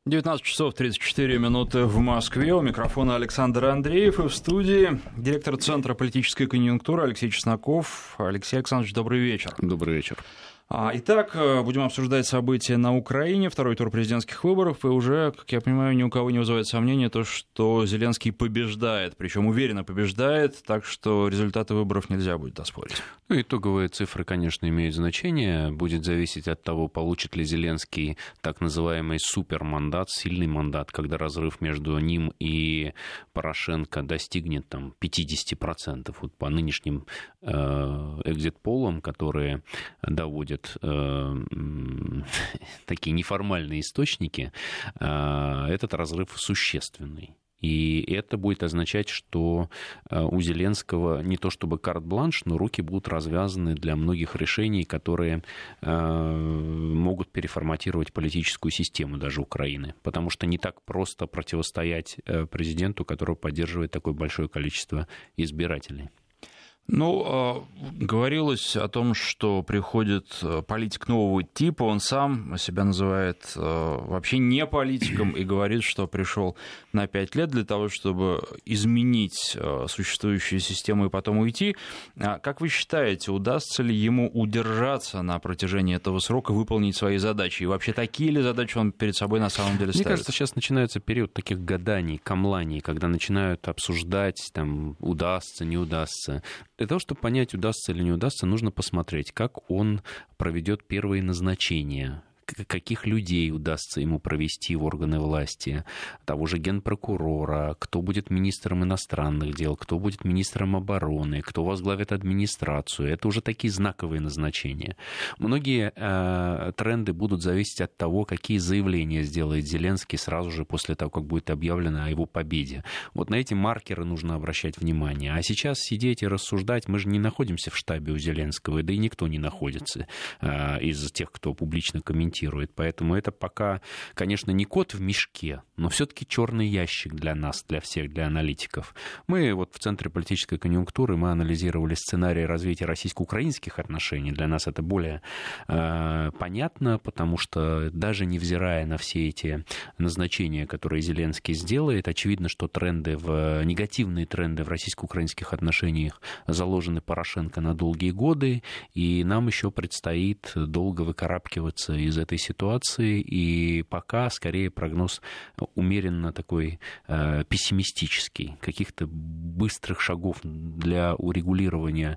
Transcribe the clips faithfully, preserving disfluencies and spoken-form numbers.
девятнадцать часов тридцать четыре минуты в Москве. У микрофона Александр Андреев. И в студии директор Центра политической конъюнктуры Алексей Чесноков. Алексей Александрович, добрый вечер. Добрый вечер. Итак, будем обсуждать события на Украине, второй тур президентских выборов, и уже, как я понимаю, ни у кого не вызывает сомнения то, что Зеленский побеждает, причем уверенно побеждает, так что результаты выборов нельзя будет оспорить. Ну, итоговые цифры, конечно, имеют значение. Будет зависеть от того, получит ли Зеленский так называемый супермандат, сильный мандат, когда разрыв между ним и Порошенко достигнет там, пятьдесят процентов. Вот по нынешним э, экзит-полам, которые доводят такие неформальные источники, этот разрыв существенный. И это будет означать, что у Зеленского не то чтобы карт-бланш, но руки будут развязаны для многих решений, которые могут переформатировать политическую систему даже Украины. Потому что не так просто противостоять президенту, которого поддерживает такое большое количество избирателей. Ну, говорилось о том, что приходит политик нового типа, он сам себя называет вообще не политиком и говорит, что пришел на пять лет для того, чтобы изменить существующую систему и потом уйти. Как вы считаете, удастся ли ему удержаться на протяжении этого срока, выполнить свои задачи? И вообще такие ли задачи он перед собой на самом деле ставит? Мне кажется, сейчас начинается период таких гаданий, камланий, когда начинают обсуждать, там, удастся, не удастся. Для того, чтобы понять, удастся или не удастся, нужно посмотреть, как он проведет первые назначения, каких людей удастся ему провести в органы власти, того же генпрокурора, кто будет министром иностранных дел, кто будет министром обороны, кто возглавит администрацию. Это уже такие знаковые назначения. Многие э, тренды будут зависеть от того, какие заявления сделает Зеленский сразу же после того, как будет объявлено о его победе. Вот на эти маркеры нужно обращать внимание. А сейчас сидеть и рассуждать, мы же не находимся в штабе у Зеленского, да и никто не находится э, из тех, кто публично комментирует. Поэтому это пока, конечно, не кот в мешке, но все-таки черный ящик для нас, для всех, для аналитиков. Мы вот в Центре политической конъюнктуры мы анализировали сценарий развития российско-украинских отношений. Для нас это более э, понятно, потому что даже невзирая на все эти назначения, которые Зеленский сделает, очевидно, что тренды в, негативные тренды в российско-украинских отношениях заложены Порошенко на долгие годы, и нам еще предстоит долго выкарабкиваться из этой ситуации, и пока скорее прогноз умеренно такой э, пессимистический. Каких-то быстрых шагов для урегулирования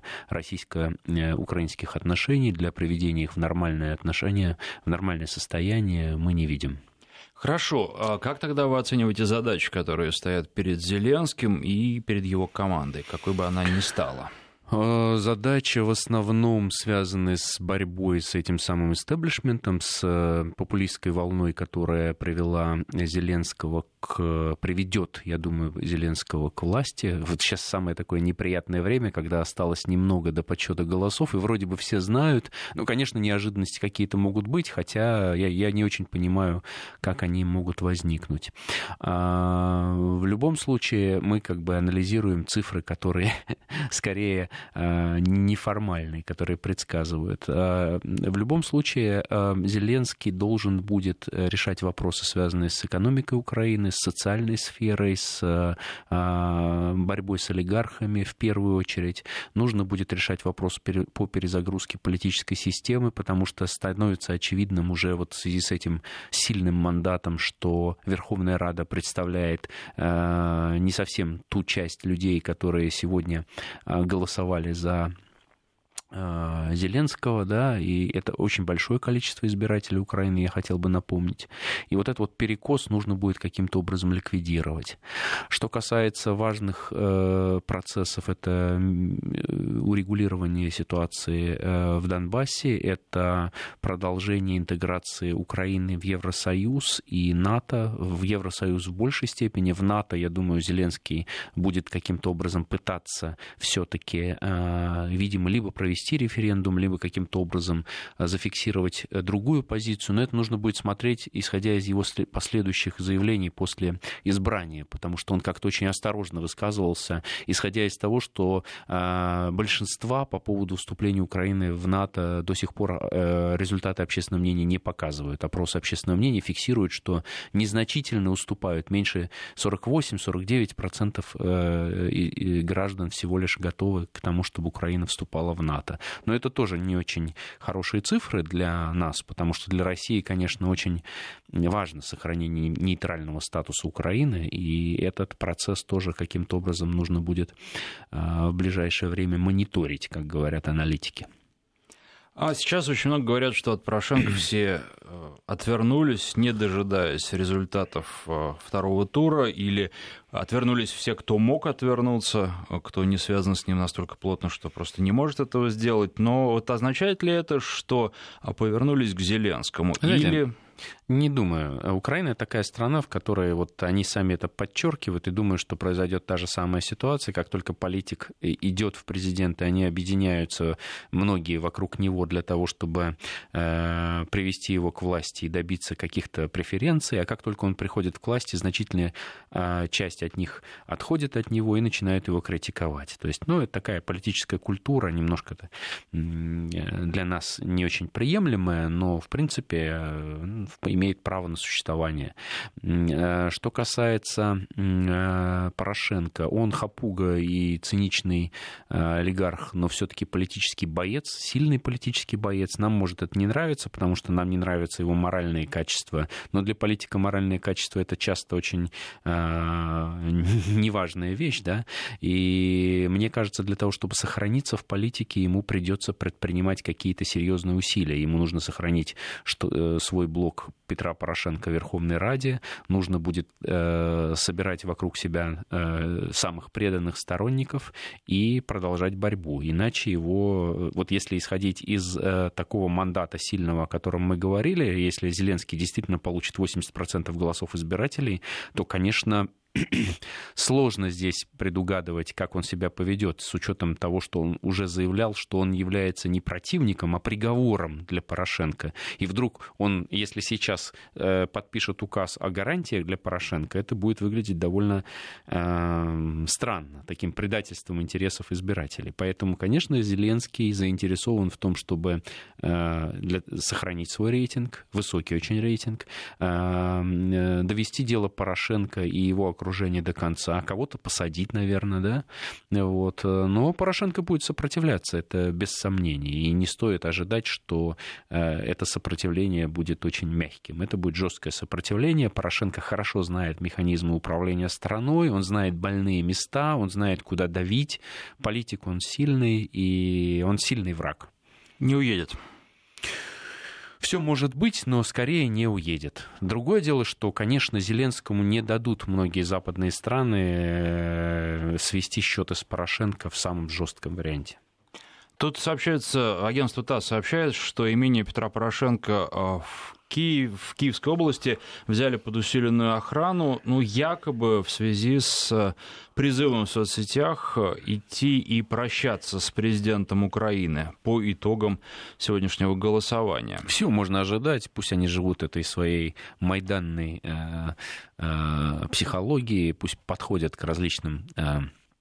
российско-украинских отношений, для приведения их в нормальные отношения, в нормальное состояние мы не видим. Хорошо. А как тогда вы оцениваете задачи, которые стоят перед Зеленским и перед его командой, какой бы она ни стала? Задачи в основном связаны с борьбой с этим самым истеблишментом, с популистской волной, которая привела Зеленского к... приведет, я думаю, Зеленского к власти. Вот сейчас самое такое неприятное время, когда осталось немного до подсчета голосов, и вроде бы все знают. Ну, конечно, неожиданности какие-то могут быть, хотя я, я не очень понимаю, как они могут возникнуть. А, в любом случае, мы как бы анализируем цифры, которые скорее неформальные, которые предсказывают. В любом случае, Зеленский должен будет решать вопросы, связанные с экономикой Украины, с социальной сферой, с борьбой с олигархами в первую очередь. Нужно будет решать вопрос по перезагрузке политической системы, потому что становится очевидным уже вот в связи с этим сильным мандатом, что Верховная Рада представляет не совсем ту часть людей, которые сегодня голосовали за Зеленского, да, и это очень большое количество избирателей Украины, я хотел бы напомнить. И вот этот вот перекос нужно будет каким-то образом ликвидировать. Что касается важных э, процессов, это урегулирование ситуации э, в Донбассе, это продолжение интеграции Украины в Евросоюз и НАТО, в Евросоюз в большей степени, в НАТО, я думаю, Зеленский будет каким-то образом пытаться все-таки, э, видимо, либо провести провести референдум, либо каким-то образом зафиксировать другую позицию, но это нужно будет смотреть, исходя из его последующих заявлений после избрания, потому что он как-то очень осторожно высказывался, исходя из того, что э, большинства по поводу вступления Украины в НАТО до сих пор э, результаты общественного мнения не показывают. Опросы общественного мнения фиксируют, что незначительно уступают, меньше сорок восемь - сорок девять процентов э, граждан всего лишь готовы к тому, чтобы Украина вступала в НАТО. Но это тоже не очень хорошие цифры для нас, потому что для России, конечно, очень важно сохранение нейтрального статуса Украины, и этот процесс тоже каким-то образом нужно будет в ближайшее время мониторить, как говорят аналитики. А сейчас очень много говорят, что от Порошенко все отвернулись, не дожидаясь результатов второго тура, или отвернулись все, кто мог отвернуться, кто не связан с ним настолько плотно, что просто не может этого сделать. Но вот означает ли это, что повернулись к Зеленскому? Знаете, или... Не думаю. Украина такая страна, в которой вот они сами это подчеркивают, и думаю, что произойдет та же самая ситуация, как только политик идет в президенты, они объединяются, многие вокруг него, для того, чтобы э, привести его к власти и добиться каких-то преференций, а как только он приходит к власти, значительная э, часть от них отходит от него и начинают его критиковать. То есть, ну, это такая политическая культура, немножко для нас не очень приемлемая, но, в принципе, имеет право на существование. Что касается Порошенко, он хапуга и циничный олигарх, но все-таки политический боец, сильный политический боец. Нам может это не нравиться, потому что нам не нравятся его моральные качества, но для политика моральные качества — это часто очень неважная вещь, да, и мне кажется, для того, чтобы сохраниться в политике, ему придется предпринимать какие-то серьезные усилия. Ему нужно сохранить свой блок Петра Порошенко в Верховной Раде, нужно будет э, собирать вокруг себя э, самых преданных сторонников и продолжать борьбу. Иначе его, вот если исходить из э, такого мандата сильного, о котором мы говорили, если Зеленский действительно получит восемьдесят процентов голосов избирателей, то, конечно, сложно здесь предугадывать, как он себя поведет, с учетом того, что он уже заявлял, что он является не противником, а приговором для Порошенко. И вдруг он, если сейчас э, подпишет указ о гарантиях для Порошенко, это будет выглядеть довольно э, странно, таким предательством интересов избирателей. Поэтому, конечно, Зеленский заинтересован в том, чтобы э, для, сохранить свой рейтинг, высокий очень рейтинг, э, довести дело Порошенко и его окружение окружение до конца, кого-то посадить, наверное, да, вот, но Порошенко будет сопротивляться, это без сомнений, и не стоит ожидать, что э, это сопротивление будет очень мягким, это будет жесткое сопротивление. Порошенко хорошо знает механизмы управления страной, он знает больные места, он знает, куда давить, политик он сильный, и он сильный враг. Не уедет. Все может быть, но скорее не уедет. Другое дело, что, конечно, Зеленскому не дадут многие западные страны свести счеты с Порошенко в самом жестком варианте. Тут сообщается, агентство ТАСС сообщает, что имение Петра Порошенко в Киев, в Киевской области взяли под усиленную охрану, ну, якобы в связи с призывом в соцсетях идти и прощаться с президентом Украины по итогам сегодняшнего голосования. Все можно ожидать, пусть они живут этой своей майданной э, э, психологией, пусть подходят к различным э,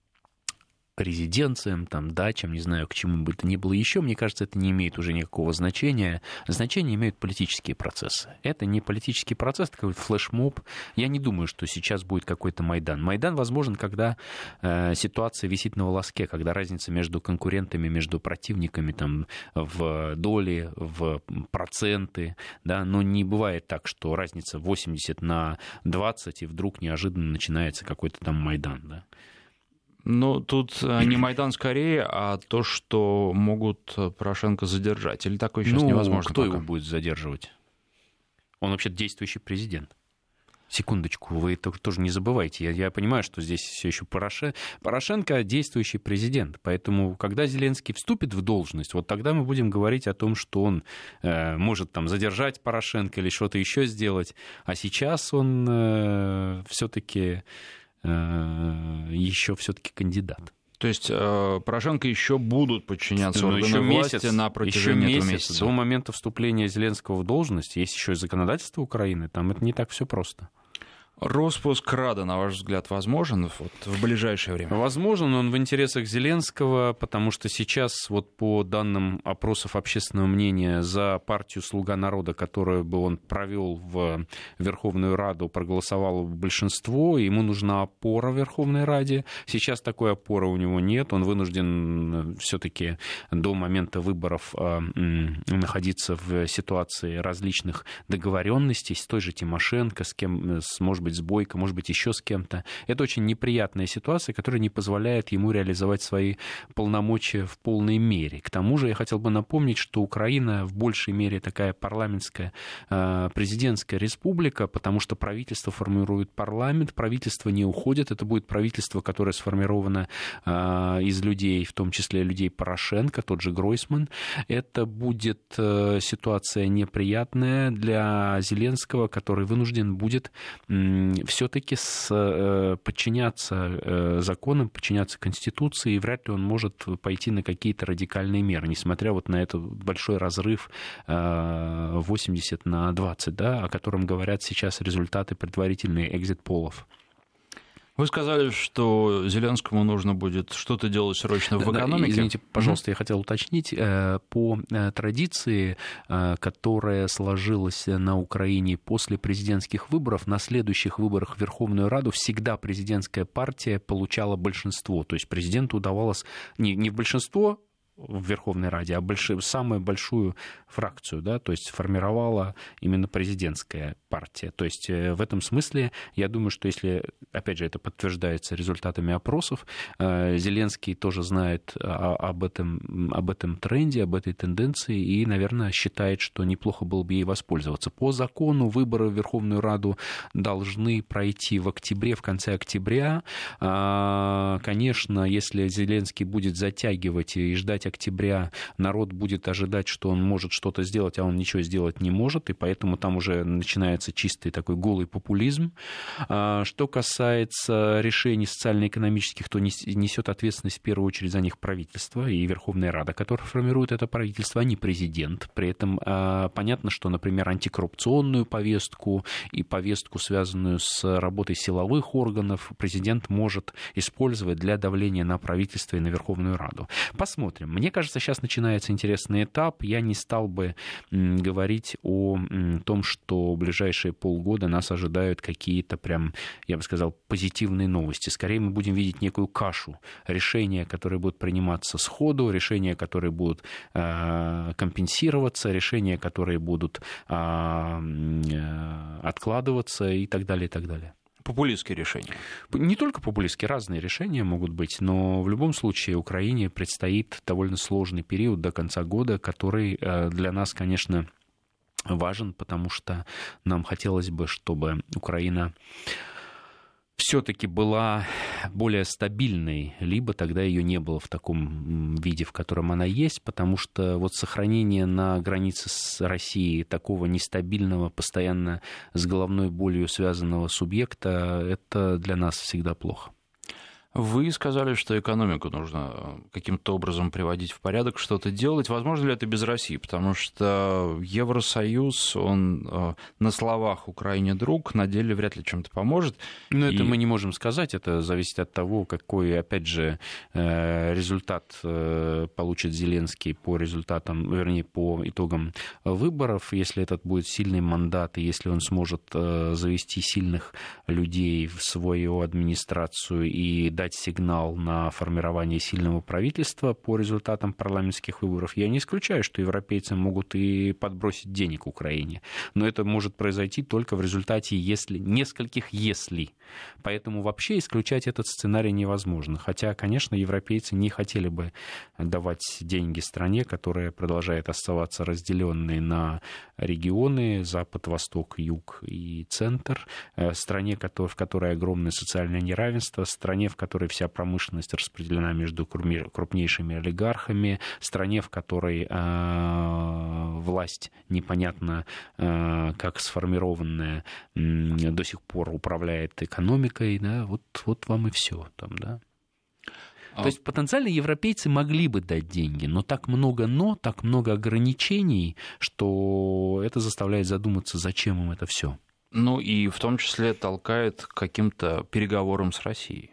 резиденциям, там, дачам, не знаю, к чему бы это ни было еще, мне кажется, это не имеет уже никакого значения. Значение имеют политические процессы. Это не политический процесс, это какой-то флешмоб. Я не думаю, что сейчас будет какой-то Майдан. Майдан возможен, когда э, ситуация висит на волоске, когда разница между конкурентами, между противниками там, в доли, в проценты, да, но не бывает так, что разница восемьдесят на двадцать, и вдруг неожиданно начинается какой-то там Майдан, да. Ну, тут не Майдан скорее, а то, что могут Порошенко задержать. Или такое сейчас ну, невозможно кто пока? Его будет задерживать? Он вообще действующий президент. Секундочку, вы это тоже не забывайте. Я, я понимаю, что здесь все еще Порошенко. Порошенко действующий президент. Поэтому, когда Зеленский вступит в должность, вот тогда мы будем говорить о том, что он э, может там задержать Порошенко или что-то еще сделать. А сейчас он э, все-таки... еще все-таки кандидат. То есть э, Порошенко еще будут подчиняться органам еще власти месяц, на протяжении еще этого месяц, месяца? до момента вступления Зеленского в должность, есть еще и законодательство Украины, там это не так все просто. Роспуск Рады, на ваш взгляд, возможен вот, в ближайшее время? Возможен, он в интересах Зеленского, потому что сейчас, вот по данным опросов общественного мнения, за партию «Слуга народа», которую бы он провел в Верховную Раду, проголосовало большинство, ему нужна опора в Верховной Раде. Сейчас такой опоры у него нет, он вынужден все-таки до момента выборов находиться в ситуации различных договоренностей с той же Тимошенко, с кем, с, может быть, с Бойко, может быть, еще с кем-то. Это очень неприятная ситуация, которая не позволяет ему реализовать свои полномочия в полной мере. К тому же я хотел бы напомнить, что Украина в большей мере такая парламентская президентская республика, потому что правительство формирует парламент, правительство не уходит, это будет правительство, которое сформировано из людей, в том числе людей Порошенко, тот же Гройсман. Это будет ситуация неприятная для Зеленского, который вынужден будет все-таки подчиняться законам, подчиняться Конституции, и вряд ли он может пойти на какие-то радикальные меры, несмотря вот на этот большой разрыв восемьдесят на двадцать, да, о котором говорят сейчас результаты предварительные экзит-полов. Вы сказали, что Зеленскому нужно будет что-то делать срочно в да, экономике. Извините, пожалуйста, mm-hmm. я хотел уточнить. По традиции, которая сложилась на Украине после президентских выборов, на следующих выборах в Верховную Раду всегда президентская партия получала большинство. То есть президенту удавалось не, не в большинство в Верховной Раде, а больш... самую большую фракцию, да, то есть формировала именно президентская партия. То есть в этом смысле я думаю, что если, опять же, это подтверждается результатами опросов, Зеленский тоже знает об этом, об этом тренде, об этой тенденции и, наверное, считает, что неплохо было бы ей воспользоваться. По закону выборы в Верховную Раду должны пройти в октябре, в конце октября. Конечно, если Зеленский будет затягивать и ждать октября, народ будет ожидать, что он может что-то сделать, а он ничего сделать не может, и поэтому там уже начинается чистый такой голый популизм. Что касается решений социально-экономических, то несет ответственность в первую очередь за них правительство и Верховная Рада, которая формирует это правительство, а не президент. При этом понятно, что, например, антикоррупционную повестку и повестку, связанную с работой силовых органов, президент может использовать для давления на правительство и на Верховную Раду. Посмотрим. Мне кажется, сейчас начинается интересный этап. Я не стал бы говорить о том, что в ближайшие полгода нас ожидают какие-то прям, я бы сказал, позитивные новости. Скорее мы будем видеть некую кашу. Решения, которые будут приниматься сходу, решения, которые будут э, компенсироваться, решения, которые будут э, откладываться и так далее, и так далее. Популистские решения. Не только популистские, разные решения могут быть, но в любом случае Украине предстоит довольно сложный период до конца года, который для нас, конечно, важен, потому что нам хотелось бы, чтобы Украина все-таки была более стабильной, либо тогда ее не было в таком виде, в котором она есть, потому что вот сохранение на границе с Россией такого нестабильного, постоянно с головной болью связанного субъекта, это для нас всегда плохо. Вы сказали, что экономику нужно каким-то образом приводить в порядок, что-то делать. Возможно ли это без России? Потому что Евросоюз, он на словах Украине друг, на деле вряд ли чем-то поможет. Но И... это мы не можем сказать. Это зависит от того, какой, опять же, результат получит Зеленский по результатам, вернее, по итогам выборов. Если этот будет сильный мандат, и если он сможет завести сильных людей в свою администрацию и дать сигнал на формирование сильного правительства по результатам парламентских выборов, я не исключаю, что европейцы могут и подбросить денег Украине. Но это может произойти только в результате если, нескольких «если». Поэтому вообще исключать этот сценарий невозможно. Хотя, конечно, европейцы не хотели бы давать деньги стране, которая продолжает оставаться разделенной на регионы запад, восток, юг и центр, стране, в которой огромное социальное неравенство, стране, в которой вся промышленность распределена между крупнейшими олигархами, стране, в которой э, власть непонятно э, как сформированная э, до сих пор управляет экономикой, да, вот, вот вам и все там, да. А... То есть потенциально европейцы могли бы дать деньги, но так много «но», так много ограничений, что это заставляет задуматься, зачем им это все. Ну и в том числе толкает к каким-то переговорам с Россией.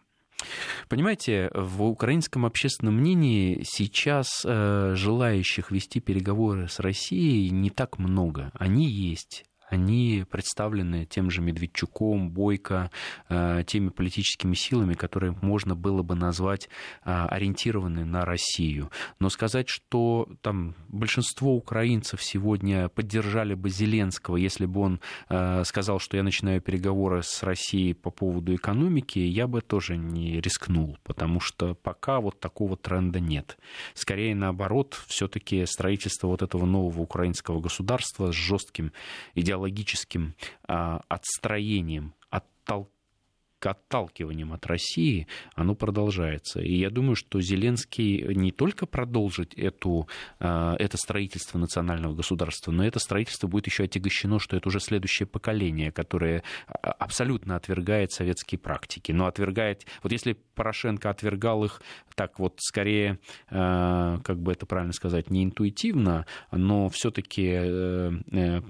Понимаете, в украинском общественном мнении сейчас э, желающих вести переговоры с Россией не так много. Они есть. Они представлены тем же Медведчуком, Бойко, э, теми политическими силами, которые можно было бы назвать э, ориентированы на Россию. Но сказать, что там большинство украинцев сегодня поддержали бы Зеленского, если бы он э, сказал, что я начинаю переговоры с Россией по поводу экономики, я бы тоже не рискнул, потому что пока вот такого тренда нет. Скорее наоборот, все-таки строительство вот этого нового украинского государства с жестким идеологическим логическим а, отстроением, оттол... отталкиванием от России, оно продолжается. И я думаю, что Зеленский не только продолжит эту, а, это строительство национального государства, но это строительство будет еще отягощено, что это уже следующее поколение, которое абсолютно отвергает советские практики. Но отвергает... Вот если Порошенко отвергал их так вот скорее, а, как бы это правильно сказать, не интуитивно, но все-таки а,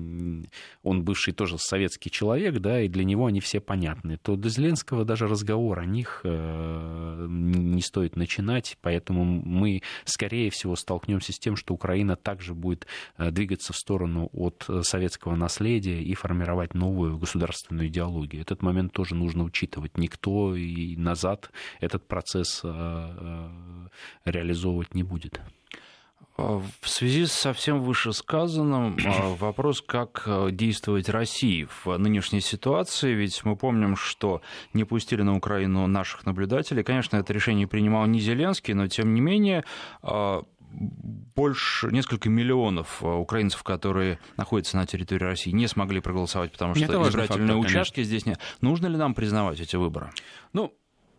он бывший тоже советский человек, да, и для него они все понятны, то для Зеленского даже разговор о них э, не стоит начинать, поэтому мы, скорее всего, столкнемся с тем, что Украина также будет э, двигаться в сторону от советского наследия и формировать новую государственную идеологию. Этот момент тоже нужно учитывать. Никто и назад этот процесс э, э, реализовывать не будет. В связи со всем вышесказанным вопрос, как действовать России в нынешней ситуации, ведь мы помним, что не пустили на Украину наших наблюдателей. Конечно, это решение принимал не Зеленский, но тем не менее больше, несколько миллионов украинцев, которые находятся на территории России, не смогли проголосовать, потому что избирательные фактор, участки конечно. Здесь нет. Нужно ли нам признавать эти выборы? Ну,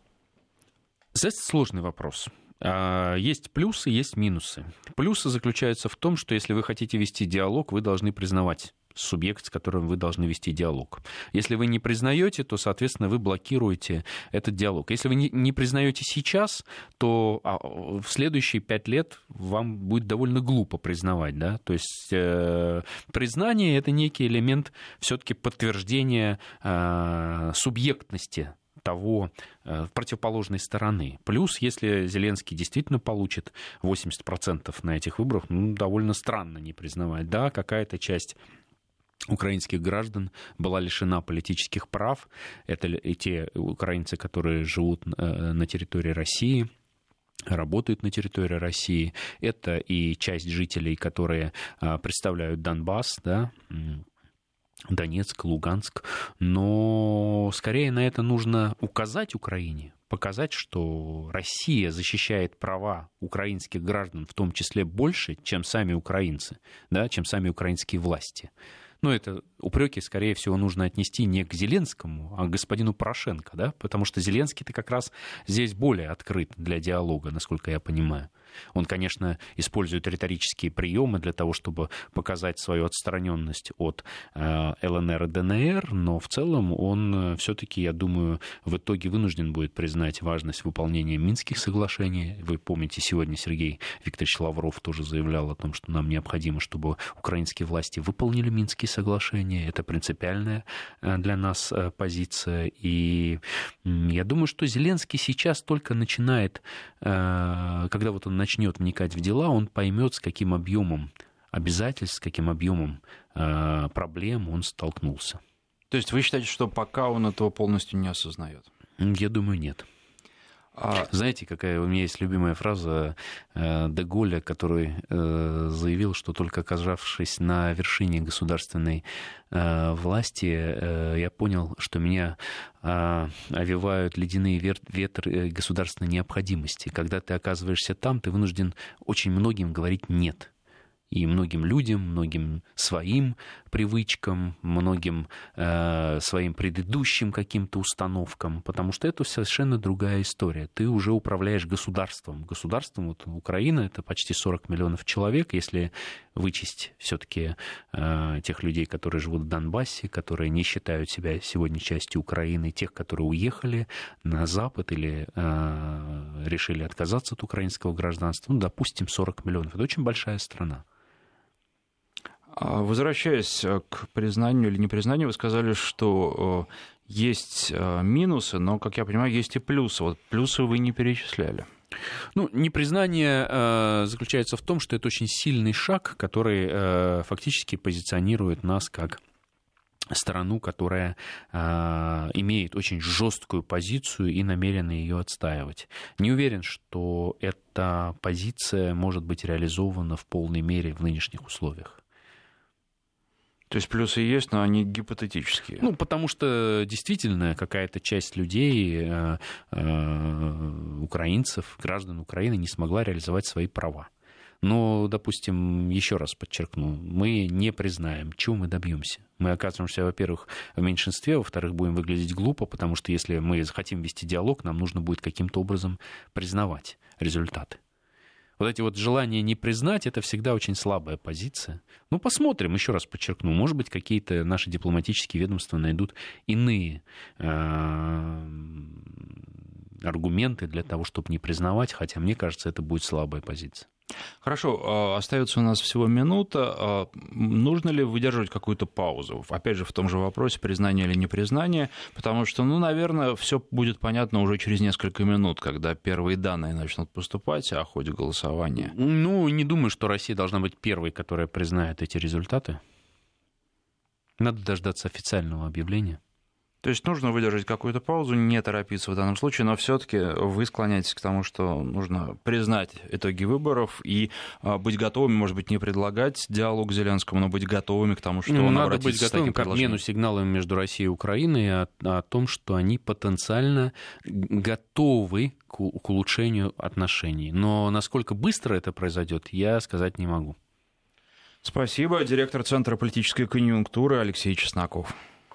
это сложный вопрос. Есть плюсы, есть минусы. Плюсы заключаются в том, что если вы хотите вести диалог, вы должны признавать субъект, с которым вы должны вести диалог. Если вы не признаете, то, соответственно, вы блокируете этот диалог. Если вы не признаете сейчас, то в следующие пять лет вам будет довольно глупо признавать. Да? То есть э, признание — это некий элемент все-таки подтверждения э, субъектности того э, противоположной стороны. Плюс, если Зеленский действительно получит восемьдесят процентов на этих выборах, ну, довольно странно не признавать. Да, какая-то часть украинских граждан была лишена политических прав. Это и те украинцы, которые живут э, на территории России, работают на территории России. Это и часть жителей, которые э, представляют Донбасс, да, Донецк, Луганск, но скорее на это нужно указать Украине, показать, что Россия защищает права украинских граждан в том числе больше, чем сами украинцы, да, чем сами украинские власти. Но это упреки, скорее всего, нужно отнести не к Зеленскому, а к господину Порошенко, да, потому что Зеленский-то как раз здесь более открыт для диалога, насколько я понимаю. Он, конечно, использует риторические приемы для того, чтобы показать свою отстраненность от э, ЛНР и ДНР, но в целом он все-таки, я думаю, в итоге вынужден будет признать важность выполнения Минских соглашений. Вы помните, сегодня Сергей Викторович Лавров тоже заявлял о том, что нам необходимо, чтобы украинские власти выполнили Минские соглашения. Это принципиальная для нас позиция. И я думаю, что Зеленский сейчас только начинает, э, когда вот он начнет вникать в дела, он поймет, с каким объемом обязательств, с каким объемом э, проблем он столкнулся. То есть вы считаете, что пока он этого полностью не осознает? Я думаю, нет. А... Знаете, какая у меня есть любимая фраза э, де Голля, который э, заявил, что только оказавшись на вершине государственной э, власти, э, я понял, что меня э, овевают ледяные ветры государственной необходимости. Когда ты оказываешься там, ты вынужден очень многим говорить «нет». и многим людям, многим своим привычкам, многим э, своим предыдущим каким-то установкам, потому что это совершенно другая история. Ты уже управляешь государством. Государством, вот Украина, это почти сорок миллионов человек, если вычесть все-таки э, тех людей, которые живут в Донбассе, которые не считают себя сегодня частью Украины, тех, которые уехали на Запад или э, решили отказаться от украинского гражданства, ну, допустим, сорок миллионов. Это очень большая страна. Возвращаясь к признанию или непризнанию, вы сказали, что есть минусы, но, как я понимаю, есть и плюсы. Вот плюсы вы не перечисляли. Ну, непризнание э, заключается в том, что это очень сильный шаг, который э, фактически позиционирует нас как страну, которая э, имеет очень жесткую позицию и намерена ее отстаивать. Не уверен, что эта позиция может быть реализована в полной мере в нынешних условиях. То есть плюсы есть, но они гипотетические. Ну, потому что действительно какая-то часть людей, э, э, украинцев, граждан Украины не смогла реализовать свои права. Но, допустим, еще раз подчеркну, мы не признаем, чего мы добьемся. Мы оказываемся, во-первых, в меньшинстве, во-вторых, будем выглядеть глупо, потому что если мы хотим вести диалог, нам нужно будет каким-то образом признавать результаты. Вот эти вот желания не признать, это всегда очень слабая позиция. Ну, посмотрим, еще раз подчеркну, может быть, какие-то наши дипломатические ведомства найдут иные э, аргументы для того, чтобы не признавать, хотя, мне кажется, это будет слабая позиция. Хорошо, остается у нас всего минута. Нужно ли выдерживать какую-то паузу? Опять же, в том же вопросе, признание или непризнание, потому что, ну, наверное, все будет понятно уже через несколько минут, когда первые данные начнут поступать о ходе голосования. Ну, не думаю, что Россия должна быть первой, которая признает эти результаты. Надо дождаться официального объявления. То есть нужно выдержать какую-то паузу, не торопиться в данном случае, но все-таки вы склоняетесь к тому, что нужно признать итоги выборов и быть готовыми, может быть, не предлагать диалог Зеленскому, но быть готовыми к тому, что ну, он надо обратится быть готовым к обмену сигналами между Россией и Украиной о, о том, что они потенциально готовы к, к улучшению отношений. Но насколько быстро это произойдет, я сказать не могу. Спасибо. Директор Центра политической конъюнктуры Алексей Чесноков.